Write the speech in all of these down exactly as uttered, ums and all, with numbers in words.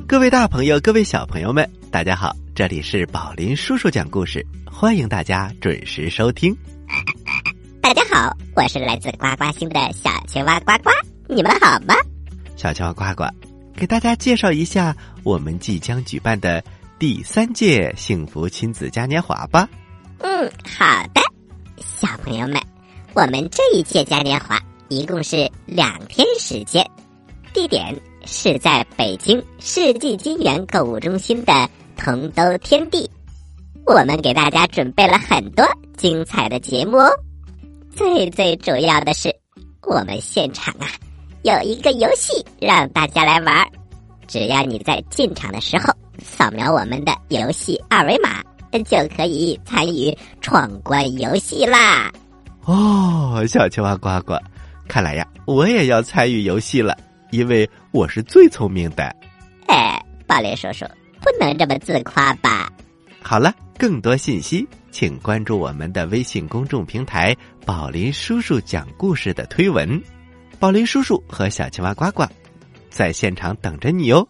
各位大朋友，各位小朋友们，大家好，这里是宝林叔叔讲故事，欢迎大家准时收听。 大家好，我是来自呱呱星的小青蛙呱呱，你们好吗？ 小青蛙呱呱，给大家介绍一下我们即将举办的第三届幸福亲子嘉年华吧。 嗯，好的，小朋友们，我们这一届嘉年华一共是两天时间，地点是在北京世纪金源购物中心的同兜天地。我们给大家准备了很多精彩的节目哦。最最主要的是，我们现场啊有一个游戏让大家来玩，只要你在进场的时候扫描我们的游戏二维码，就可以参与闯关游戏啦。 哦，小青蛙呱呱，看来呀，我也要参与游戏了，因为我是最聪明的。 哎，宝林叔叔，不能这么自夸吧？ 好了，更多信息请关注我们的微信公众平台宝林叔叔讲故事的推文，宝林叔叔和小青蛙呱呱在现场等着你哦。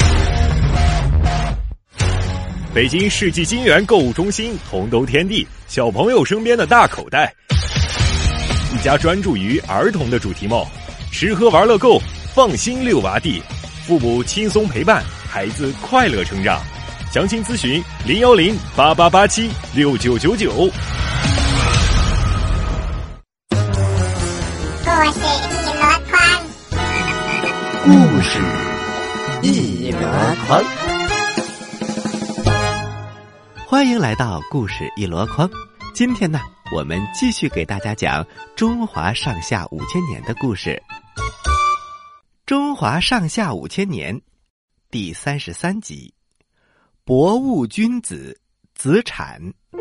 北京世纪金源购物中心同兜天地，小朋友身边的大口袋，一家专注于儿童的主题梦，吃喝玩乐购，放心遛娃地，父母轻松陪伴，孩子快乐成长。详情咨询零幺零八八八七六九九九。 故事一箩筐，故事一箩筐。 欢迎来到故事一箩筐。今天呢，我们继续给大家讲中华上下五千年的故事。中华上下五千年第三十三集，博物君子子产。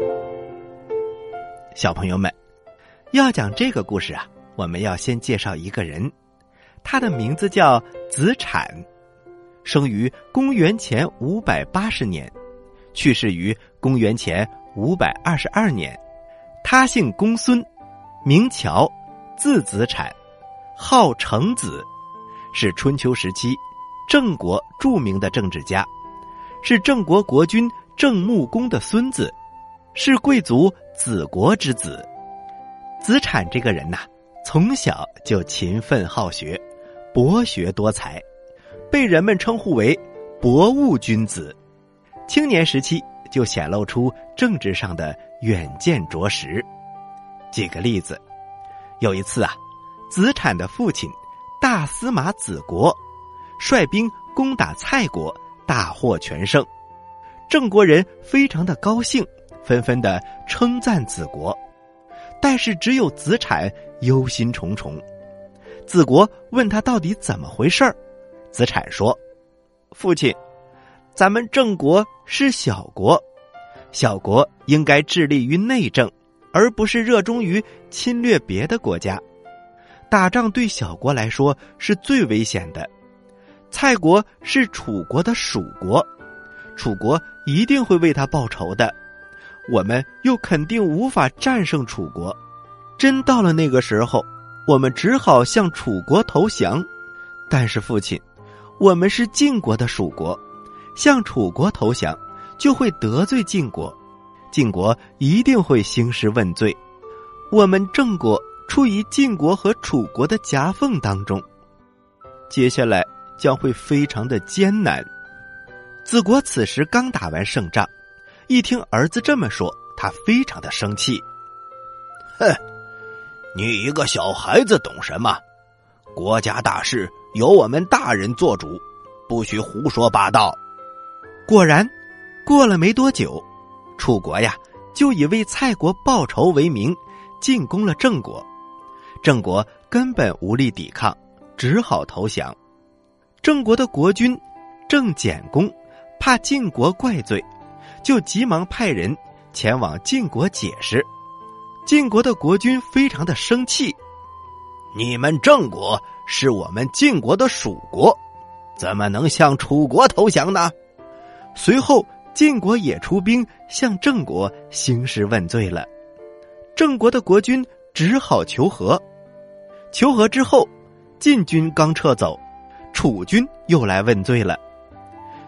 小朋友们，要讲这个故事啊，我们要先介绍一个人，他的名字叫子产，生于公元前五百八十年，去世于公元前五百二十二年。他姓公孙，名乔，字子产，号成子，是春秋时期郑国著名的政治家，是郑国国君郑穆公的孙子，是贵族子国之子。子产这个人呐、啊，从小就勤奋好学，博学多才，被人们称呼为博物君子。青年时期就显露出政治上的远见卓识。举个例子，有一次啊，子产的父亲大司马子国率兵攻打蔡国，大获全胜。郑国人非常的高兴，纷纷的称赞子国，但是只有子产忧心忡忡。子国问他到底怎么回事儿，子产说：父亲，咱们郑国是小国，小国应该致力于内政，而不是热衷于侵略别的国家。打仗对小国来说是最危险的。蔡国是楚国的属国，楚国一定会为他报仇的，我们又肯定无法战胜楚国。真到了那个时候，我们只好向楚国投降。但是父亲，我们是晋国的属国，向楚国投降就会得罪晋国，晋国一定会兴师问罪，我们郑国处于晋国和楚国的夹缝当中，接下来将会非常的艰难。子国此时刚打完胜仗，一听儿子这么说，他非常的生气。 哼，你一个小孩子懂什么？国家大事由我们大人做主，不许胡说八道。 果然，过了没多久，楚国呀就以为蔡国报仇为名，进攻了郑国。郑国根本无力抵抗，只好投降。郑国的国君郑简公怕晋国怪罪，就急忙派人前往晋国解释。晋国的国君非常的生气， 你们郑国是我们晋国的属国，怎么能向楚国投降呢？ 随后晋国也出兵向郑国兴师问罪了。郑国的国君只好求和。求和之后，晋军刚撤走，楚军又来问罪了。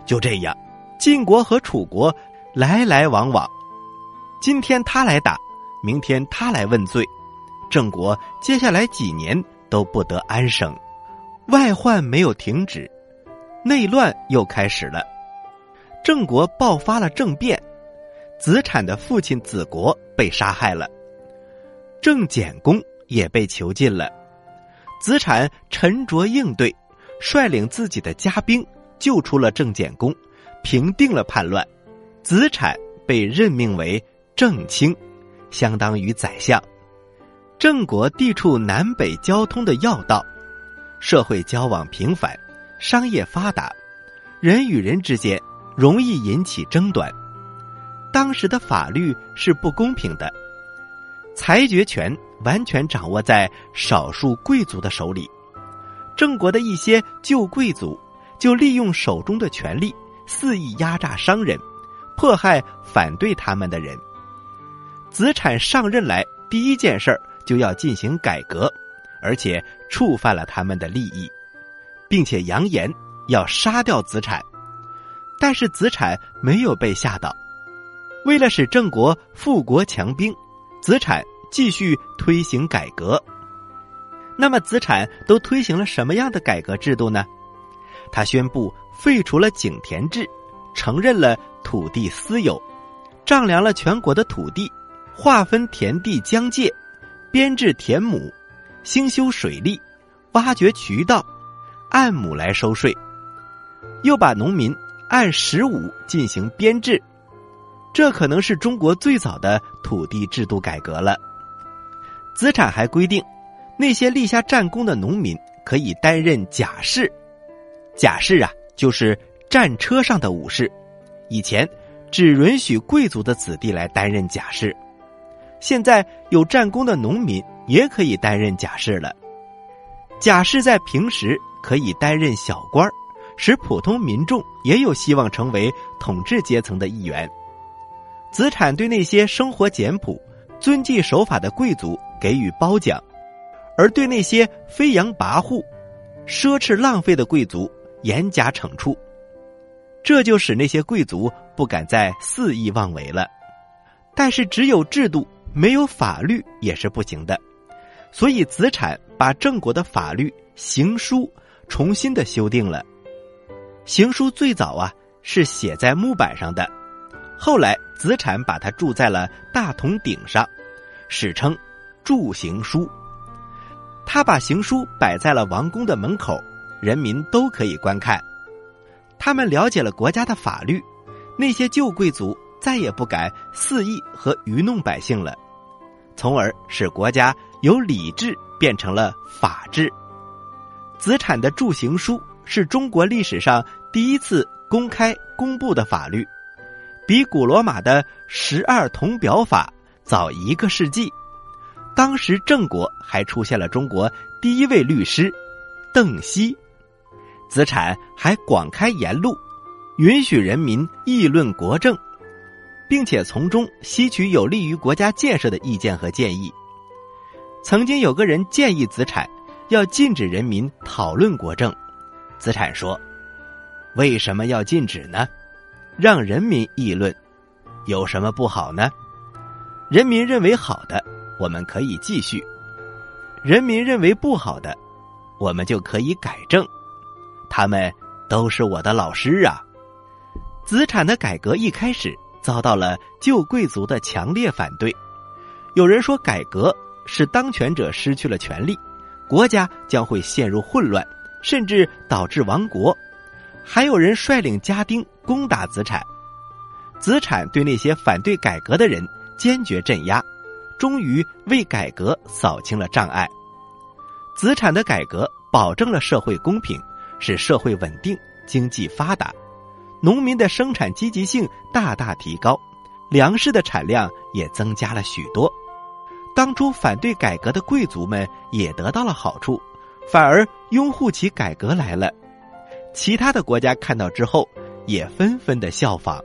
就这样， 晋国和楚国来来往往，今天他来打，明天他来问罪，郑国接下来几年都不得安生，外患没有停止，内乱又开始了。郑国爆发了政变，子产的父亲子国被杀害了，郑简公也被囚禁了。子产沉着应对，率领自己的家兵救出了郑简公，平定了叛乱。子产被任命为郑卿，相当于宰相。郑国地处南北交通的要道，社会交往频繁，商业发达，人与人之间容易引起争端。当时的法律是不公平的，裁决权完全掌握在少数贵族的手里。郑国的一些旧贵族就利用手中的权力，肆意压榨商人，迫害反对他们的人。子产上任来第一件事就要进行改革，而且触犯了他们的利益，并且扬言要杀掉子产。但是子产没有被吓倒，为了使郑国富国强兵，子产继续推行改革。那么子产都推行了什么样的改革制度呢？他宣布废除了井田制，承认了土地私有，丈量了全国的土地，划分田地疆界，编制田亩，兴修水利，挖掘渠道，按亩来收税，又把农民按十五进行编制。这可能是中国最早的土地制度改革了。子产还规定，那些立下战功的农民可以担任甲士。甲士啊，就是战车上的武士，以前只允许贵族的子弟来担任甲士，现在有战功的农民也可以担任甲士了。甲士在平时可以担任小官，使普通民众也有希望成为统治阶层的一员。子产对那些生活简朴、遵纪守法的贵族给予褒奖，而对那些飞扬跋扈、奢侈浪费的贵族严加惩处，这就使那些贵族不敢再肆意妄为了。但是只有制度没有法律也是不行的，所以子产把郑国的法律刑书重新的修订了。刑书最早啊是写在木板上的，后来子产把它铸在了大铜鼎上，史称铸刑书。他把刑书摆在了王宫的门口，人民都可以观看。他们了解了国家的法律，那些旧贵族再也不敢肆意和愚弄百姓了，从而使国家由礼制变成了法治。子产的铸刑书是中国历史上第一次公开公布的法律，比古罗马的十二铜表法早一个世纪。当时郑国还出现了中国第一位律师邓析。子产还广开言路，允许人民议论国政，并且从中吸取有利于国家建设的意见和建议。曾经有个人建议子产要禁止人民讨论国政，子产说：为什么要禁止呢？让人民议论有什么不好呢？人民认为好的，我们可以继续；人民认为不好的，我们就可以改正。他们都是我的老师啊。子产的改革一开始遭到了旧贵族的强烈反对，有人说改革使当权者失去了权力，国家将会陷入混乱，甚至导致亡国。还有人率领家丁攻打子产，子产对那些反对改革的人坚决镇压，终于为改革扫清了障碍。子产的改革保证了社会公平，使社会稳定，经济发达，农民的生产积极性大大提高，粮食的产量也增加了许多。当初反对改革的贵族们也得到了好处，反而拥护起改革来了。其他的国家看到之后也纷纷的效仿。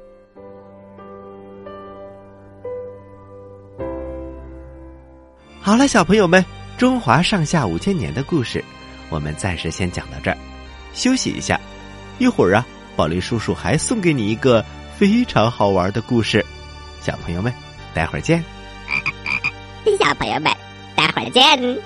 好了，小朋友们，中华上下五千年的故事我们暂时先讲到这儿，休息一下，一会儿啊宝林叔叔还送给你一个非常好玩的故事，小朋友们，待会儿见。 小朋友们，待会儿见。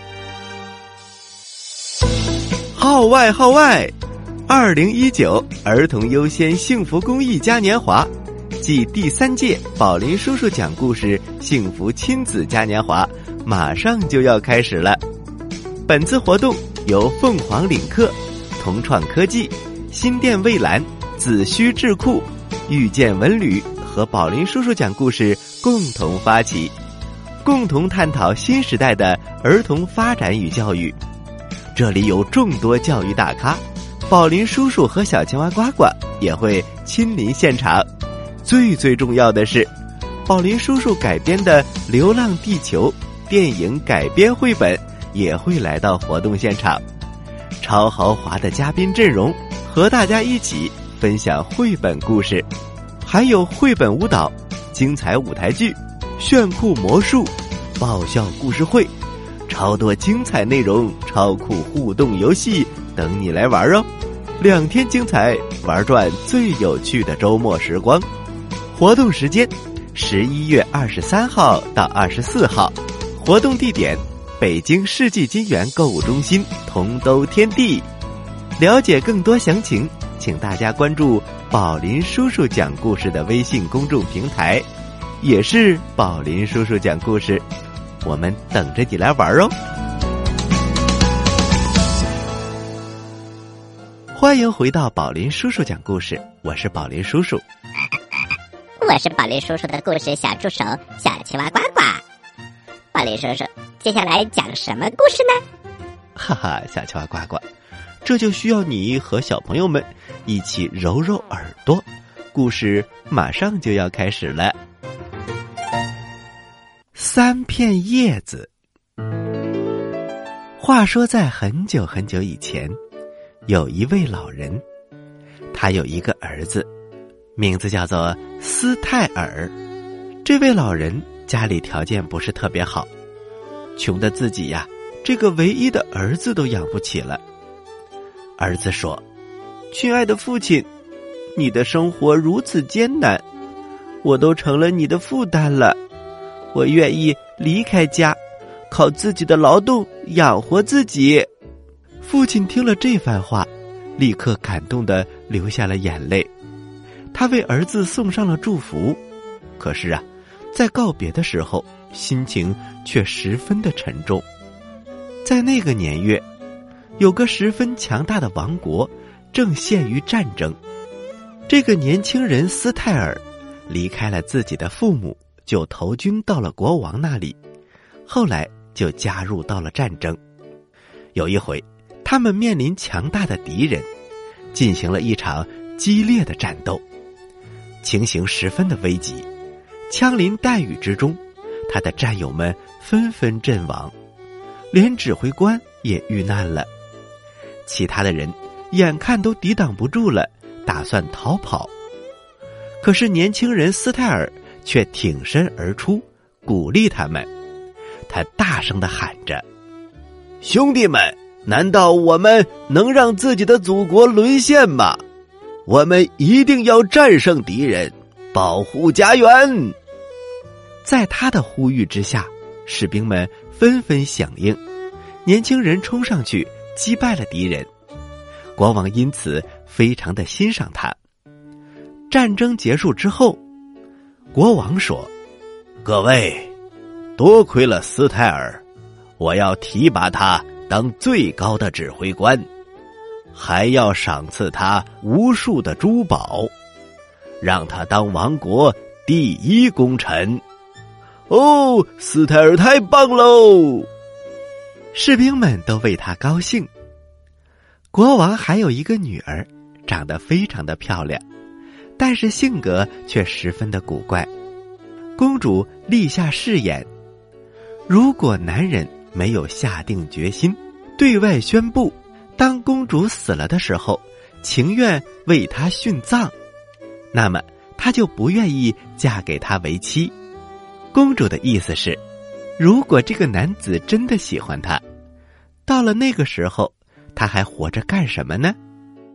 号外号外！二零一九儿童优先幸福公益嘉年华暨第三届宝林叔叔讲故事幸福亲子嘉年华马上就要开始了。本次活动由凤凰领克、同创科技、新店蔚蓝、子虚智库、遇见文旅和宝林叔叔讲故事共同发起，共同探讨新时代的儿童发展与教育。这里有众多教育大咖，宝林叔叔和小青蛙呱呱也会亲临现场。最最重要的是，宝林叔叔改编的《流浪地球》电影改编绘本也会来到活动现场，超豪华的嘉宾阵容和大家一起分享绘本故事，还有绘本舞蹈、精彩舞台剧、炫酷魔术、爆笑故事会，超多精彩内容，超酷互动游戏等你来玩哦！两天精彩，玩转最有趣的周末时光。活动时间十一月二十三号到二十四号，活动地点北京世纪金源购物中心同都天地。了解更多详情，请大家关注宝林叔叔讲故事的微信公众平台，也是宝林叔叔讲故事，我们等着你来玩哦！欢迎回到宝林叔叔讲故事，我是宝林叔叔。 我是宝林叔叔的故事小助手小青蛙呱呱。宝林叔叔，接下来讲什么故事呢？ 哈哈，小青蛙呱呱，这就需要你和小朋友们一起揉揉耳朵，故事马上就要开始了。三片叶子。话说在很久很久以前，有一位老人，他有一个儿子，名字叫做斯泰尔。这位老人家里条件不是特别好，穷得自己呀，这个唯一的儿子都养不起了。儿子说：“亲爱的父亲，你的生活如此艰难，我都成了你的负担了。我愿意离开家，靠自己的劳动养活自己。”父亲听了这番话，立刻感动地流下了眼泪。他为儿子送上了祝福，可是啊，在告别的时候，心情却十分的沉重。在那个年月，有个十分强大的王国正陷于战争。这个年轻人斯泰尔离开了自己的父母，就投军到了国王那里，后来就加入到了战争。有一回，他们面临强大的敌人，进行了一场激烈的战斗，情形十分的危急，枪林弹雨之中，他的战友们纷纷阵亡，连指挥官也遇难了。其他的人眼看都抵挡不住了，打算逃跑。可是年轻人斯泰尔却挺身而出，鼓励他们。他大声地喊着：“兄弟们，难道我们能让自己的祖国沦陷吗？我们一定要战胜敌人，保护家园！”在他的呼吁之下，士兵们纷纷响应，年轻人冲上去击败了敌人。国王因此非常的欣赏他。战争结束之后，国王说：“各位，多亏了斯泰尔，我要提拔他当最高的指挥官，还要赏赐他无数的珠宝，让他当王国第一功臣。”哦，斯泰尔太棒喽！士兵们都为他高兴。国王还有一个女儿，长得非常的漂亮，但是性格却十分的古怪。公主立下誓言，如果男人没有下定决心，对外宣布当公主死了的时候情愿为她殉葬，那么她就不愿意嫁给他为妻。公主的意思是，如果这个男子真的喜欢她，到了那个时候他还活着干什么呢？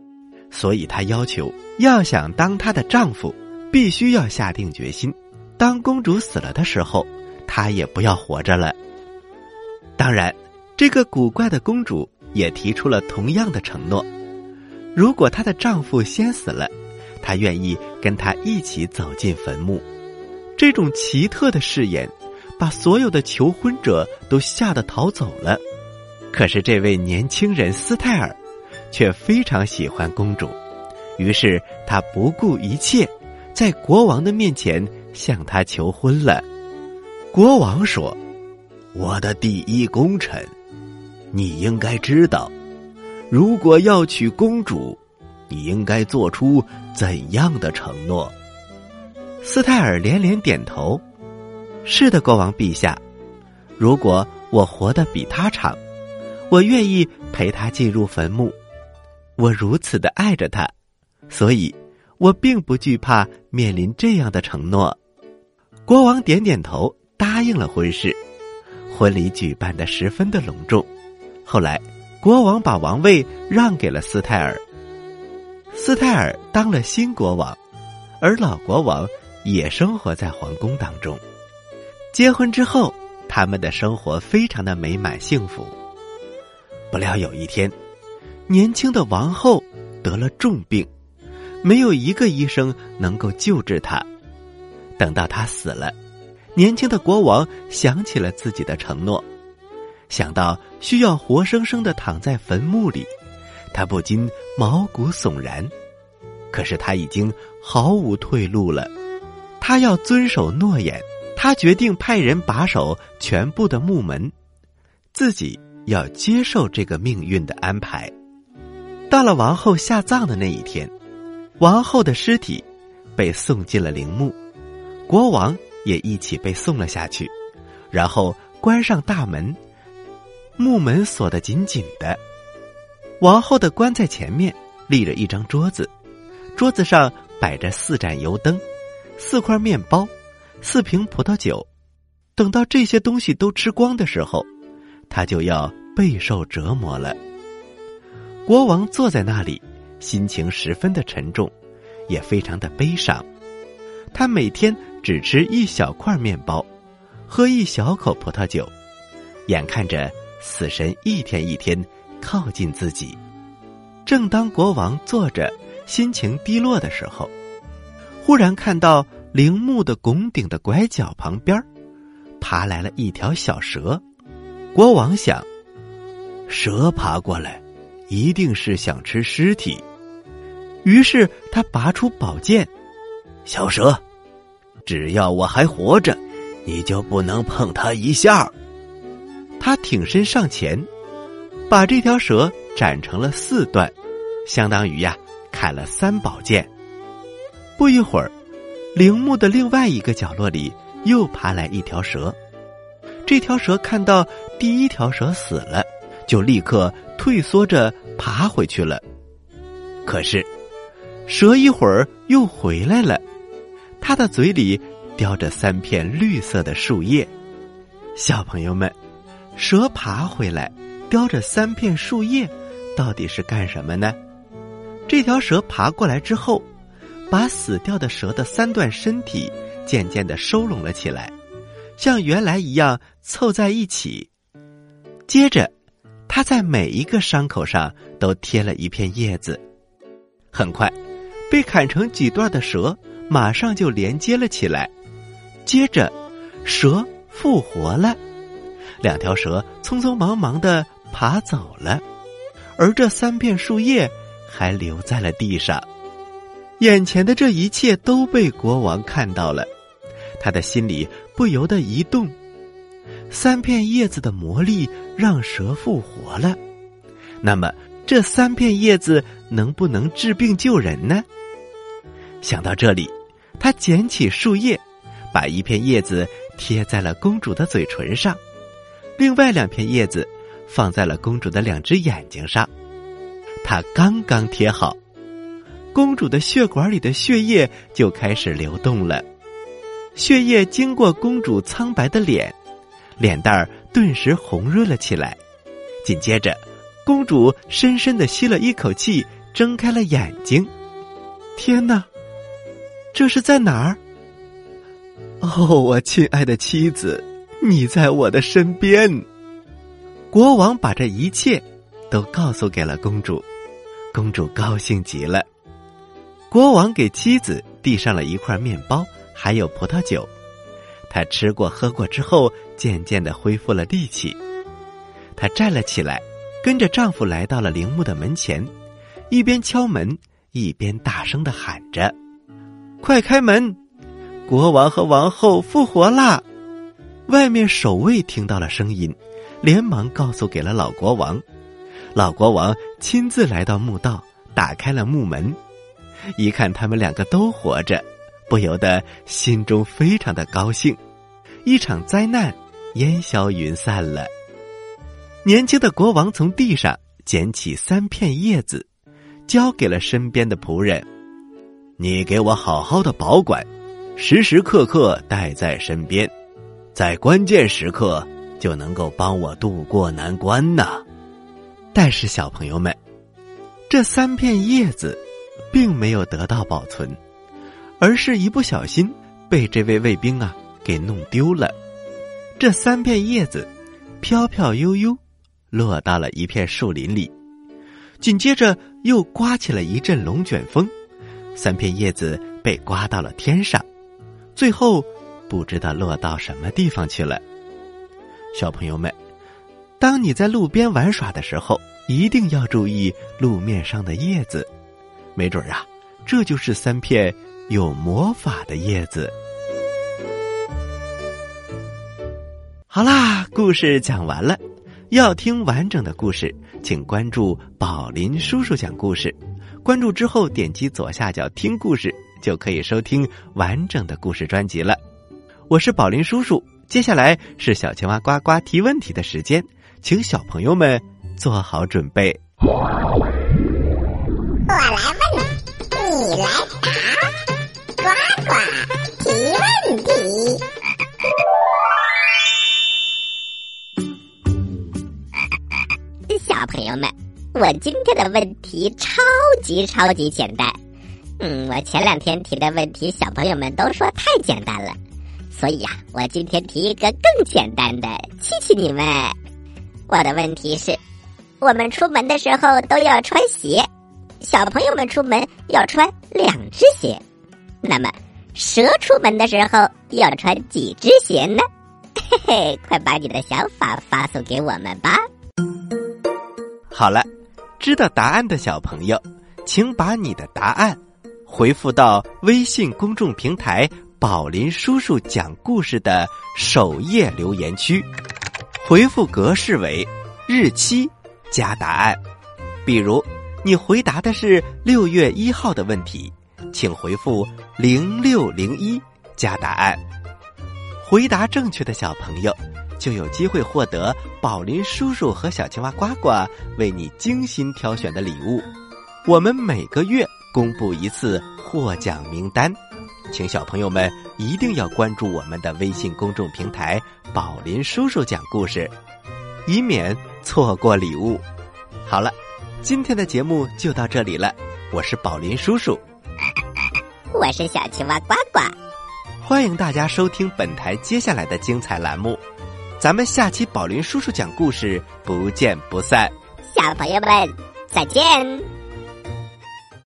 所以她要求要想当她的丈夫，必须要下定决心，当公主死了的时候，她也不要活着了。当然，这个古怪的公主也提出了同样的承诺，如果她的丈夫先死了，她愿意跟他一起走进坟墓。这种奇特的誓言把所有的求婚者都吓得逃走了。可是这位年轻人斯泰尔却非常喜欢公主，于是他不顾一切，在国王的面前向她求婚了。国王说：我的第一功臣，你应该知道，如果要娶公主，你应该做出怎样的承诺？斯泰尔连连点头：是的，国王陛下，如果我活得比他长，我愿意陪他进入坟墓。我如此的爱着他，所以我并不惧怕面临这样的承诺。国王点点头，答应了婚事。婚礼举办得十分的隆重。后来国王把王位让给了斯泰尔，斯泰尔当了新国王，而老国王也生活在皇宫当中。结婚之后，他们的生活非常的美满幸福。不料有一天，年轻的王后得了重病，没有一个医生能够救治她。等到她死了，年轻的国王想起了自己的承诺，想到需要活生生的躺在坟墓里，他不禁毛骨悚然。可是他已经毫无退路了，他要遵守诺言，他决定派人把守全部的墓门，自己要接受这个命运的安排。到了王后下葬的那一天，王后的尸体被送进了陵墓，国王也一起被送了下去，然后关上大门，墓门锁得紧紧的。王后的棺材前面立着一张桌子，桌子上摆着四盏油灯、四块面包、四瓶葡萄酒。等到这些东西都吃光的时候，他就要备受折磨了。国王坐在那里，心情十分的沉重，也非常的悲伤。他每天只吃一小块面包，喝一小口葡萄酒，眼看着死神一天一天靠近自己。正当国王坐着心情低落的时候，忽然看到陵墓的拱顶的拐角旁边爬来了一条小蛇。国王想，蛇爬过来一定是想吃尸体，于是他拔出宝剑：小蛇，只要我还活着，你就不能碰它一下。他挺身上前，把这条蛇斩成了四段，相当于呀砍了三宝剑。不一会儿，陵墓的另外一个角落里又爬来一条蛇。这条蛇看到第一条蛇死了，就立刻退缩着爬回去了。可是蛇一会儿又回来了，它的嘴里叼着三片绿色的树叶。小朋友们，蛇爬回来叼着三片树叶到底是干什么呢？这条蛇爬过来之后，把死掉的蛇的三段身体渐渐地收拢了起来，像原来一样凑在一起。接着它在每一个伤口上都贴了一片叶子。很快，被砍成几段的蛇马上就连接了起来。接着蛇复活了，两条蛇匆匆忙忙地爬走了，而这三片树叶还留在了地上。眼前的这一切都被国王看到了，他的心里不由得一动。三片叶子的魔力让蛇复活了，那么这三片叶子能不能治病救人呢？想到这里，他捡起树叶，把一片叶子贴在了公主的嘴唇上，另外两片叶子放在了公主的两只眼睛上。他刚刚贴好，公主的血管里的血液就开始流动了。血液经过公主苍白的脸，脸蛋儿顿时红润了起来。紧接着，公主深深地吸了一口气， 睁开了眼睛。天哪，这是在哪儿？哦，我亲爱的妻子，你在我的身边。国王把这一切都告诉给了公主，公主高兴极了。国王给妻子递上了一块面包，还有葡萄酒。她吃过喝过之后，渐渐地恢复了力气。她站了起来，跟着丈夫来到了陵墓的门前，一边敲门，一边大声地喊着：快开门，国王和王后复活啦！外面守卫听到了声音，连忙告诉给了老国王。老国王亲自来到墓道，打开了墓门，一看他们两个都活着，不由得心中非常的高兴。一场灾难烟消云散了。年轻的国王从地上捡起三片叶子，交给了身边的仆人：你给我好好的保管，时时刻刻带在身边，在关键时刻就能够帮我渡过难关呐。但是小朋友们，这三片叶子并没有得到保存，而是一不小心被这位卫兵啊给弄丢了。这三片叶子飘飘悠悠落到了一片树林里，紧接着又刮起了一阵龙卷风，三片叶子被刮到了天上，最后不知道落到什么地方去了。小朋友们，当你在路边玩耍的时候，一定要注意路面上的叶子，没准啊，这就是三片有魔法的叶子。好啦，故事讲完了。要听完整的故事，请关注宝林叔叔讲故事。关注之后点击左下角听故事，就可以收听完整的故事专辑了。我是宝林叔叔，接下来是小青蛙呱呱提问题的时间，请小朋友们做好准备。 我来问，你来答，呱呱提问题。小朋友们，我今天的问题超级超级简单。嗯，我前两天提的问题，小朋友们都说太简单了，所以呀、啊，我今天提一个更简单的，气气你们。我的问题是，我们出门的时候都要穿鞋，小朋友们出门要穿两只鞋，那么蛇出门的时候要穿几只鞋呢？嘿嘿，快把你的想法发送给我们吧。 好了，知道答案的小朋友，请把你的答案回复到微信公众平台宝林叔叔讲故事的首页留言区，回复格式为日期加答案。比如你回答的是六月一号的问题，请回复零六零一加答案。回答正确的小朋友就有机会获得宝林叔叔和小青蛙呱呱为你精心挑选的礼物。我们每个月公布一次获奖名单，请小朋友们一定要关注我们的微信公众平台宝林叔叔讲故事，以免错过礼物。好了，今天的节目就到这里了，我是宝林叔叔， 我是小青蛙呱呱， 欢迎大家收听本台接下来的精彩栏目，咱们下期宝林叔叔讲故事不见不散。 小朋友们再见。